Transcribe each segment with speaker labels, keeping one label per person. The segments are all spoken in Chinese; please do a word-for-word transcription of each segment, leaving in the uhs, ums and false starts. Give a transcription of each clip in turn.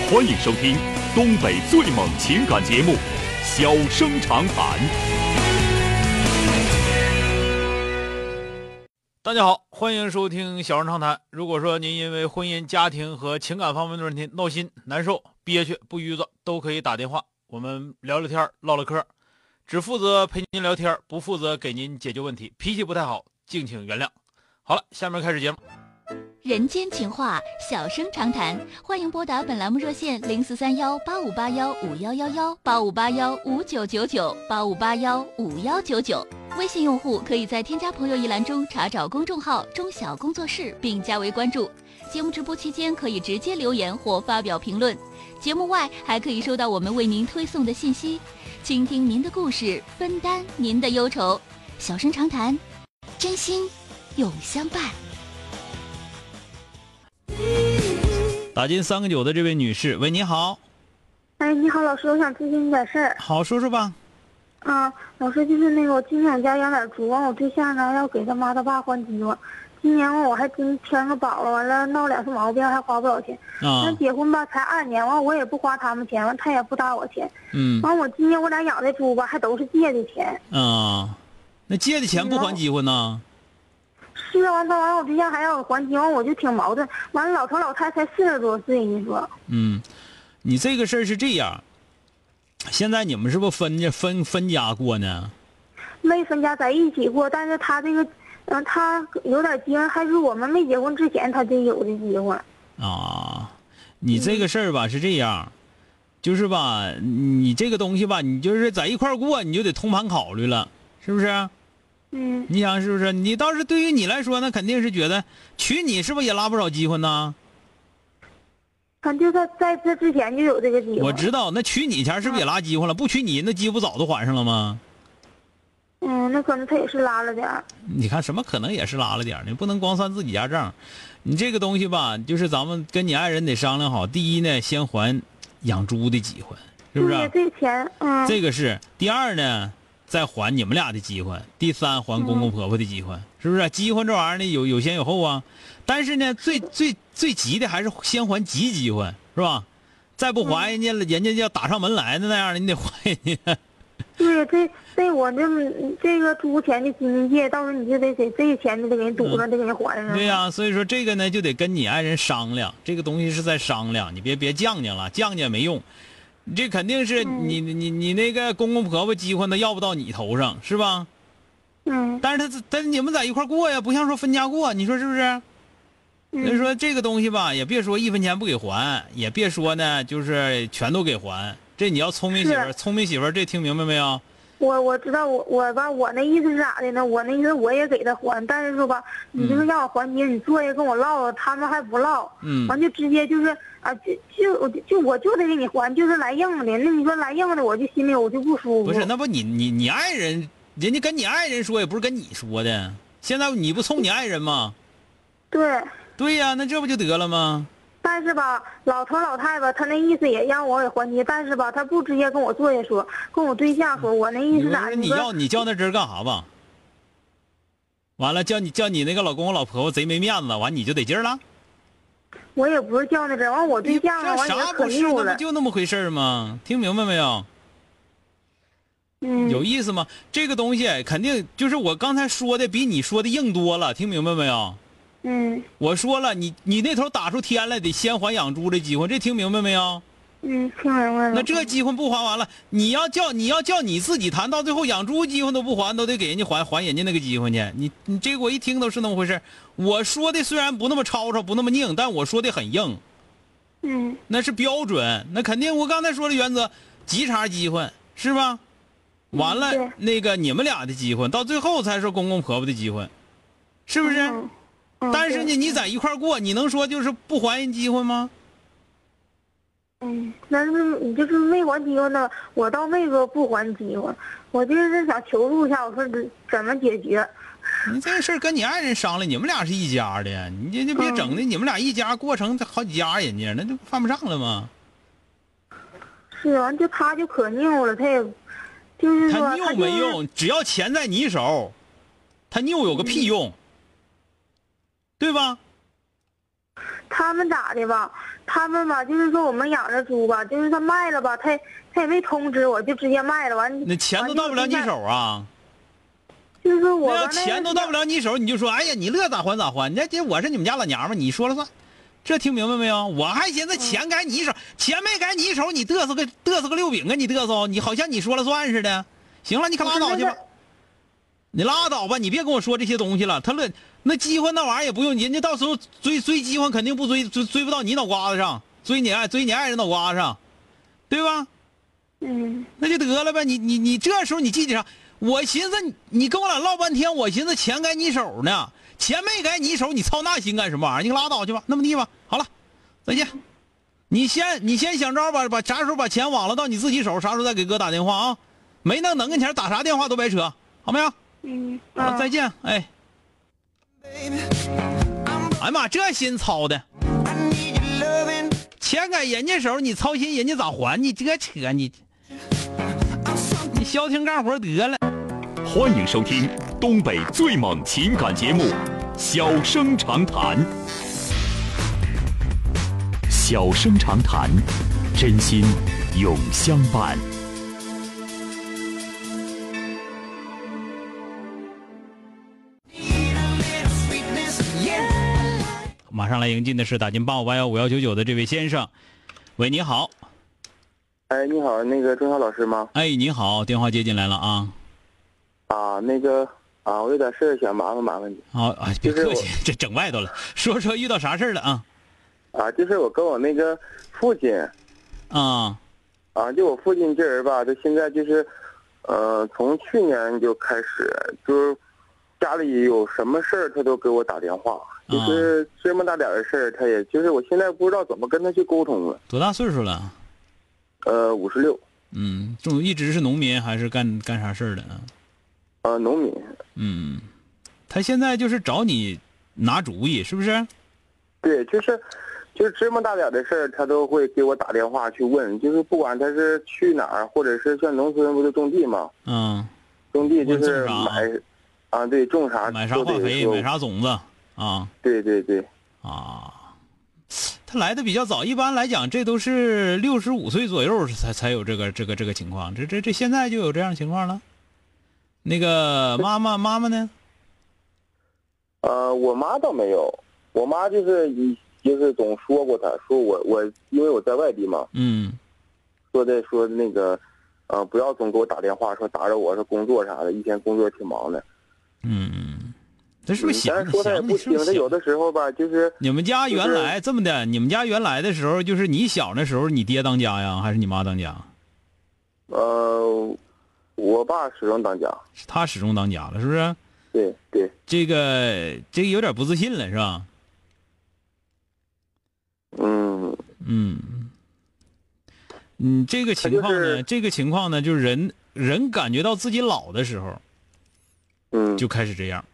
Speaker 1: 欢迎收听东北最猛情感节目《小生长谈》。
Speaker 2: 大家好，欢迎收听《小生长谈》。如果说您因为婚姻、家庭和情感方面的问题闹心、难受、憋屈、不愉快，都可以打电话，我们聊聊天、唠唠嗑，只负责陪您聊天，不负责给您解决问题。脾气不太好，敬请原谅。好了，下面开始节目。
Speaker 3: 人间情话，小生长谈，欢迎拨打本栏目热线零四三幺八五八幺五幺幺幺八五八幺五九九九八五八幺五幺九九。微信用户可以在添加朋友一栏中查找公众号中小工作室并加为关注。节目直播期间可以直接留言或发表评论，节目外还可以收到我们为您推送的信息，倾听您的故事，分担您的忧愁。小生长谈，真心永相伴。
Speaker 2: 打进三个九的这位女士，喂，你好。
Speaker 4: 哎，你好，老师，我想咨询你点事儿。
Speaker 2: 好，说说吧。
Speaker 4: 啊，老师，就是那个我今年我家养点猪，完我对象呢要给他妈他爸换鸡巴，今年我还真添个宝了，完了闹两次毛病还花不少钱。
Speaker 2: 啊。
Speaker 4: 那结婚吧才二年，完我也不花他们钱，完他也不搭我钱。
Speaker 2: 嗯。
Speaker 4: 完我今年我俩养的猪吧还都是借的钱。
Speaker 2: 啊，那借的钱不还鸡婚呢？
Speaker 4: 是啊，完他完我对象还要我还鸡，完我就挺矛盾。完了老头老太才四十多岁，你说。
Speaker 2: 嗯，你这个事儿是这样。现在你们是不是分家分分家过呢？
Speaker 4: 没分家，在一起过，但是他这个，嗯、呃，他有点机会，还是我们没结婚之前他就有的机会。
Speaker 2: 啊，你这个事儿吧是这样，就是吧，你这个东西吧，你就是在一块儿过，你就得通盘考虑了，是不是？
Speaker 4: 嗯。
Speaker 2: 你想是不是？你倒是对于你来说，那肯定是觉得娶你是不是也拉不少机会呢？
Speaker 4: 他就在在这之前就有这个机会。
Speaker 2: 我知道，那娶你前是不是也拉机会了？不娶你，那机不早都还上了吗？
Speaker 4: 嗯，那可能他也是拉了点儿。
Speaker 2: 你看什么可能也是拉了点儿呢？不能光算自己家账。你这个东西吧，就是咱们跟你爱人得商量好。第一呢，先还养猪的机会，是不是？
Speaker 4: 对，这钱，嗯。
Speaker 2: 这个是第二呢，再还你们俩的机会。第三，还公公婆婆的机会，嗯、是不是？机会这玩意儿呢，有有先有后啊。但是呢，最最最急的还是先还急机会，是吧？再不还人家了，嗯、人家就要打上门来的那样的，你得还人家。
Speaker 4: 对，这这我这这个猪钱的经济，到时候你就得给这钱就得给人堵上，嗯、得给人还上。
Speaker 2: 对呀、啊，所以说这个呢，就得跟你爱人商量，这个东西是在商量，你别别犟犟了，犟犟没用。这肯定是你、嗯、你你那个公公婆婆机会呢要不到你头上，是吧？
Speaker 4: 嗯。
Speaker 2: 但是他但你们在一块过呀，不像说分家过，你说是不是？所以说这个东西吧，也别说一分钱不给还，也别说呢就是全都给还。这你要聪明媳妇，聪明媳妇，这听明白没有？
Speaker 4: 我我知道，我我吧，我那意思是咋的呢？我那意思我也给他还，但是说吧，你就是让我还钱，你坐下跟我唠，他们还不唠，
Speaker 2: 嗯，
Speaker 4: 完就直接就是啊，就就就我就得给你还，就是来硬的。那你说来硬的，我就心里我就不舒服。
Speaker 2: 不是，那不你你你爱人，人家跟你爱人说，也不是跟你说的。现在你不冲你爱人吗？
Speaker 4: 对。
Speaker 2: 对呀、啊，那这不就得了吗？
Speaker 4: 但是吧，老头老太吧，他那意思也让我给还钱，但是吧，他不直接跟我坐下说，跟我对象说，我那意思咋的？
Speaker 2: 你要你较那真干啥吧？完了，叫你叫你那个老公公老婆婆贼没面子，完你就得劲儿了。
Speaker 4: 我也不是较那真，完我对象啊，完也可牛了。
Speaker 2: 那不就那么回事吗？听明白没有？
Speaker 4: 嗯。
Speaker 2: 有意思吗？这个东西肯定就是我刚才说的比你说的硬多了，听明白没有？
Speaker 4: 嗯，
Speaker 2: 我说了，你你那头打出天来，得先还养猪的机会，这听明白没有？
Speaker 4: 嗯，听明白了。
Speaker 2: 那这机会不还完了，你要叫你要叫你自己谈，到最后养猪机会都不还，都得给人家还还人家那个机会去。你你这个我一听都是那么回事。我说的虽然不那么吵吵，不那么拧，但我说的很硬。
Speaker 4: 嗯，
Speaker 2: 那是标准，那肯定我刚才说的原则，急茬机会是吧？完了、
Speaker 4: 嗯、
Speaker 2: 那个你们俩的机会，到最后才是公公婆婆的机会，是不是？
Speaker 4: 嗯嗯、
Speaker 2: 但是呢，你在一块过，你能说就是不还人机会吗？
Speaker 4: 嗯，那是你就是没还机会呢，我倒没说不还机会，我就是想求助一下，我说怎么解决。
Speaker 2: 你这个事儿跟你爱人商量，你们俩是一家的，你这就别整的，嗯、你们俩一家过成好几家人家，那就犯不上了吗？
Speaker 4: 是啊，就他就可拗了，他也就是说
Speaker 2: 他拗没用，只要钱在你手，他拗有个屁用，嗯、对吧？
Speaker 4: 他们咋的吧？他们吧，就是说我们养着猪吧，就是他卖了吧，他他也没通知我，就直接卖了，完
Speaker 2: 那钱都到不了你手啊。
Speaker 4: 就是说我
Speaker 2: 那要钱都到不了你手，你就说，哎呀，你乐咋还咋还？你这我是你们家老娘们，你说了算。这听明白没有？我还寻思钱该你手，钱没该你手，你嘚瑟个嘚瑟个六饼啊！你嘚瑟，你好像你说了算似的。行了，你可拉倒去吧，你拉倒吧，你别跟我说这些东西了。他论那饥荒那玩意儿也不用，人家到时候追追饥荒肯定不追，追追不到你脑瓜子上，追你爱追你爱人脑瓜子上，对吧？
Speaker 4: 嗯，
Speaker 2: 那就得了呗。你你你这时候你记得上，我寻思你你跟我俩唠半天，我寻思钱该你手呢。钱没该你手，你操那心干什么玩意儿？你可拉倒去吧，那么地吧。好了，再见。你先你先想招把把啥时候把钱网了到你自己手，啥时候再给哥打电话啊？没弄能跟前打啥电话都白扯，好没有？
Speaker 4: 嗯，
Speaker 2: 好了，再见。哎，哎呀妈，这心操的，钱该人家手，你操心人家咋还？你这扯你，你消停干活得了。
Speaker 1: 欢迎收听东北最猛情感节目《小生长谈》。小生长谈，真心永相伴。
Speaker 2: 马上来迎进的是打进八五八幺五幺九九的这位先生。喂，你好。
Speaker 5: 哎，你好，那个钟晓老师吗？
Speaker 2: 哎，你好，电话接进来了啊。
Speaker 5: 啊，那个啊，我有点事儿想麻烦麻烦你。
Speaker 2: 好啊，别客气，这整外头了。说说遇到啥事儿了啊？
Speaker 5: 啊，就是我跟我那个父亲。
Speaker 2: 啊。
Speaker 5: 啊，就我父亲这人吧，他现在就是，呃，从去年就开始，就是家里有什么事儿他都给我打电话，就是这么大点的事儿，他也就是我现在不知道怎么跟他去沟通了。
Speaker 2: 多大岁数了？
Speaker 5: 呃，五十六。
Speaker 2: 嗯，这种一直是农民还是干干啥事儿的啊？
Speaker 5: 呃，农民。
Speaker 2: 嗯，他现在就是找你拿主意，是不是？
Speaker 5: 对，就是就是这么大点的事儿，他都会给我打电话去问，就是不管他是去哪儿，或者是像农村不是种地嘛，
Speaker 2: 嗯，
Speaker 5: 种地就是买，啊，对，种啥
Speaker 2: 买啥化肥，买啥种子啊？
Speaker 5: 对对对。
Speaker 2: 啊，他来的比较早，一般来讲，这都是六十五岁左右才才有这个这个这个情况，这这这现在就有这样的情况了。那个妈妈妈妈呢？
Speaker 5: 呃，我妈倒没有，我妈就是一就是总说过他，说我我因为我在外地嘛，
Speaker 2: 嗯，
Speaker 5: 说的说那个，呃，不要总给我打电话，说打扰我说工作啥的，一天工作挺忙的。
Speaker 2: 嗯嗯，他是不是想？
Speaker 5: 但是说他也不听，他有的时候吧，就是
Speaker 2: 你们家原来这么的，你们家原来的时候，就是你小那时候，你爹当家呀，还是你妈当家？
Speaker 5: 呃。我爸始终当家，
Speaker 2: 他始终当家了，是不是？
Speaker 5: 对对，
Speaker 2: 这个这个有点不自信了，是吧？
Speaker 5: 嗯
Speaker 2: 嗯嗯，这个情况呢，
Speaker 5: 就是、
Speaker 2: 这个情况呢，就是人人感觉到自己老的时候，
Speaker 5: 嗯，
Speaker 2: 就开始这样。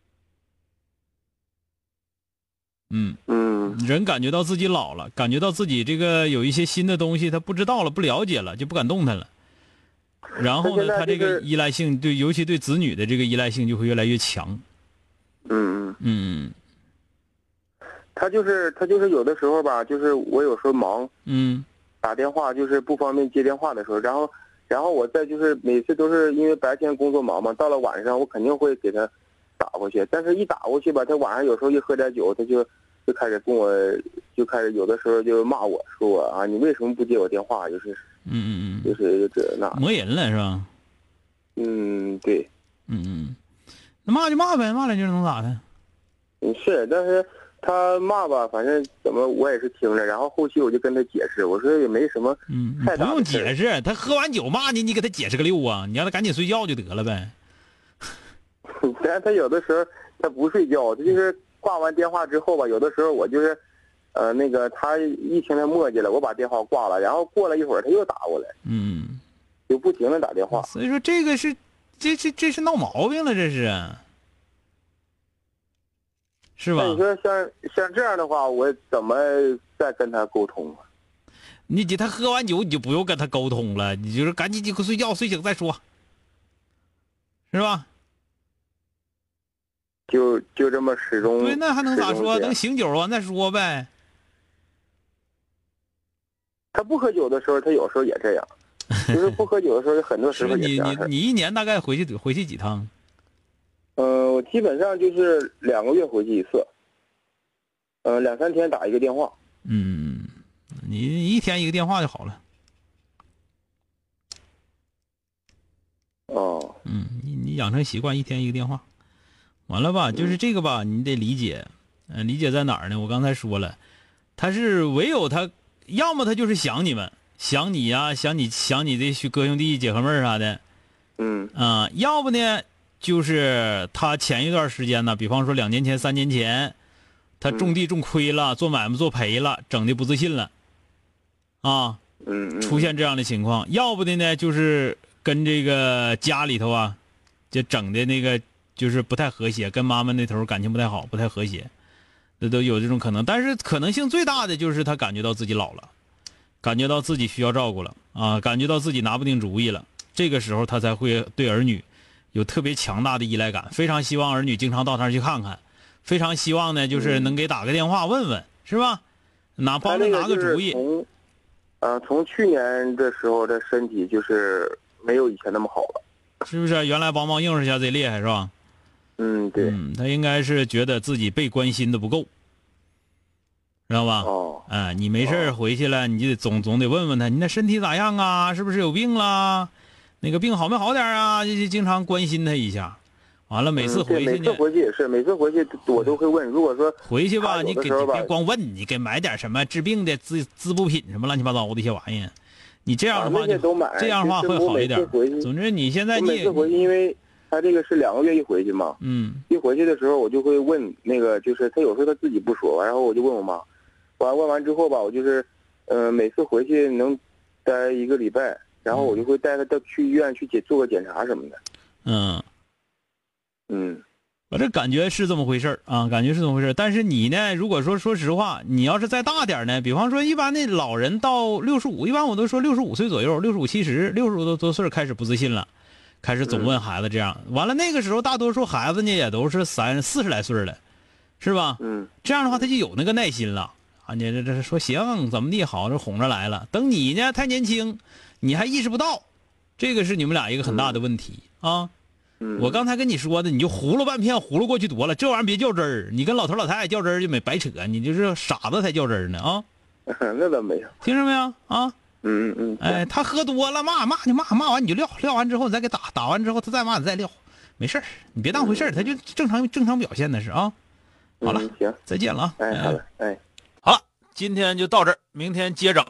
Speaker 2: 嗯
Speaker 5: 嗯，
Speaker 2: 人感觉到自己老了，感觉到自己这个有一些新的东西他不知道了，不了解了，就不敢动弹了。然后呢，他这个依赖性对，尤其对子女的这个依赖性就会越来越强。
Speaker 5: 嗯嗯
Speaker 2: 嗯，
Speaker 5: 他就是他就是有的时候吧，就是我有时候忙，
Speaker 2: 嗯，
Speaker 5: 打电话就是不方便接电话的时候，然后然后我再就是每次都是因为白天工作忙嘛，到了晚上我肯定会给他打过去，但是一打过去吧，他晚上有时候一喝点酒，他就就开始跟我就开始有的时候就骂我说我啊，你为什么不接我电话？就是。
Speaker 2: 嗯嗯嗯，
Speaker 5: 就是这那
Speaker 2: 磨人了是吧？
Speaker 5: 嗯，对。
Speaker 2: 嗯嗯，那骂就骂呗，骂两句能咋的？
Speaker 5: 嗯，是，但是他骂吧，反正怎么我也是听着，然后后期我就跟他解释，我说也没什么
Speaker 2: 嗯，
Speaker 5: 太大的
Speaker 2: 不用解释，他喝完酒骂你，你给他解释个六啊，你让他赶紧睡觉就得了呗。
Speaker 5: 但是他有的时候他不睡觉，他就是挂完电话之后吧，有的时候我就是。呃，那个他一听他磨叽了，我把电话挂了，然后过了一会儿他又打过来，
Speaker 2: 嗯，
Speaker 5: 就不停的打电话。
Speaker 2: 所以说这个是，这这这是闹毛病了，这是，是吧？
Speaker 5: 那你说像像这样的话，我怎么再跟他沟通啊？
Speaker 2: 你给他喝完酒，你就不用跟他沟通了，你就是赶紧就睡觉，睡醒再说，是吧？
Speaker 5: 就就这么始终。
Speaker 2: 对，那还能咋说？等醒酒完再说呗。
Speaker 5: 不喝酒的时候，他有时候也这样，就是不喝酒的时候，很多时候也
Speaker 2: 你
Speaker 5: 这样。
Speaker 2: 你你一年大概回去回去几趟？
Speaker 5: 嗯、呃，我基本上就是两个月回去一次，嗯、呃，两三天打一个电话。
Speaker 2: 嗯，你一天一个电话就好了。
Speaker 5: 哦。
Speaker 2: 嗯，你你养成习惯，一天一个电话，完了吧？就是这个吧，你得理解，嗯、呃，理解在哪儿呢？我刚才说了，他是唯有他，要么他就是想你们，想你呀、啊，想你想你的哥兄弟姐和妹儿啥的，
Speaker 5: 嗯
Speaker 2: 啊、呃，要不呢就是他前一段时间呢，比方说两年前、三年前，他种地种亏了，做买卖做赔了，整的不自信了，啊，
Speaker 5: 嗯，
Speaker 2: 出现这样的情况，要不的呢就是跟这个家里头啊，就整的那个就是不太和谐，跟妈妈那头感情不太好，不太和谐，这都有这种可能。但是可能性最大的就是他感觉到自己老了，感觉到自己需要照顾了啊，感觉到自己拿不定主意了，这个时候他才会对儿女有特别强大的依赖感，非常希望儿女经常到那儿去看看，非常希望呢就是能给打个电话问问，是吧？拿帮着拿个主意。
Speaker 5: 从呃从去年的时候的身体就是没有以前那么好了，
Speaker 2: 是不是？原来帮忙硬实下贼厉害是吧？
Speaker 5: 嗯，对。
Speaker 2: 嗯，他应该是觉得自己被关心的不够，知道吧？
Speaker 5: 哦。
Speaker 2: 哎，你没事回去了，你就得总总得问问他，你那身体咋样啊？是不是有病啦？那个病好没好点啊？就经常关心他一下。完了，每次回去呢，
Speaker 5: 嗯、每次回去也是，每次回去我都会问。如果说
Speaker 2: 回去吧，你给你别光问，你给买点什么治病的滋滋补品什么乱七八糟的一些玩意儿。你这样的话就、
Speaker 5: 啊、都买，
Speaker 2: 这样的话会好一点。总之你现在你
Speaker 5: 每次回去，因为他这个是两个月一回去嘛，
Speaker 2: 嗯，
Speaker 5: 一回去的时候我就会问那个，就是他有时候他自己不说，然后我就问我妈，完问完之后吧，我就是，呃，每次回去能待一个礼拜，然后我就会带他到去医院去检做个检查什么的。
Speaker 2: 嗯。
Speaker 5: 嗯，
Speaker 2: 我这感觉是这么回事啊，感觉是这么回事。但是你呢，如果说说实话，你要是再大点呢，比方说一般的老人到六十五，一般我都说六十五岁左右，六十五七十，六十多多岁开始不自信了，开始总问孩子这样。嗯、完了那个时候，大多数孩子呢也都是三四十来岁了，是吧？
Speaker 5: 嗯，
Speaker 2: 这样的话他就有那个耐心了啊。你这这说行怎么地好，这哄着来了。等你呢太年轻，你还意识不到，这个是你们俩一个很大的问题、嗯、啊。我刚才跟你说的，你就葫芦半片，葫芦过去得了。这玩意儿别较真儿，你跟老头老太太较真儿就没白扯，你就是傻子才较真儿呢啊！
Speaker 5: 那倒没有，
Speaker 2: 听着没有啊？
Speaker 5: 嗯嗯。
Speaker 2: 哎，他喝多了骂骂就骂，骂完你就撂，撂完之后你再给打，打完之后他再骂你再撂，没事儿，你别当回事儿，他就正常正常表现的是啊。好了，
Speaker 5: 嗯、行，
Speaker 2: 再见了啊！
Speaker 5: 哎，好了，哎，
Speaker 2: 好了，今天就到这儿，明天接整。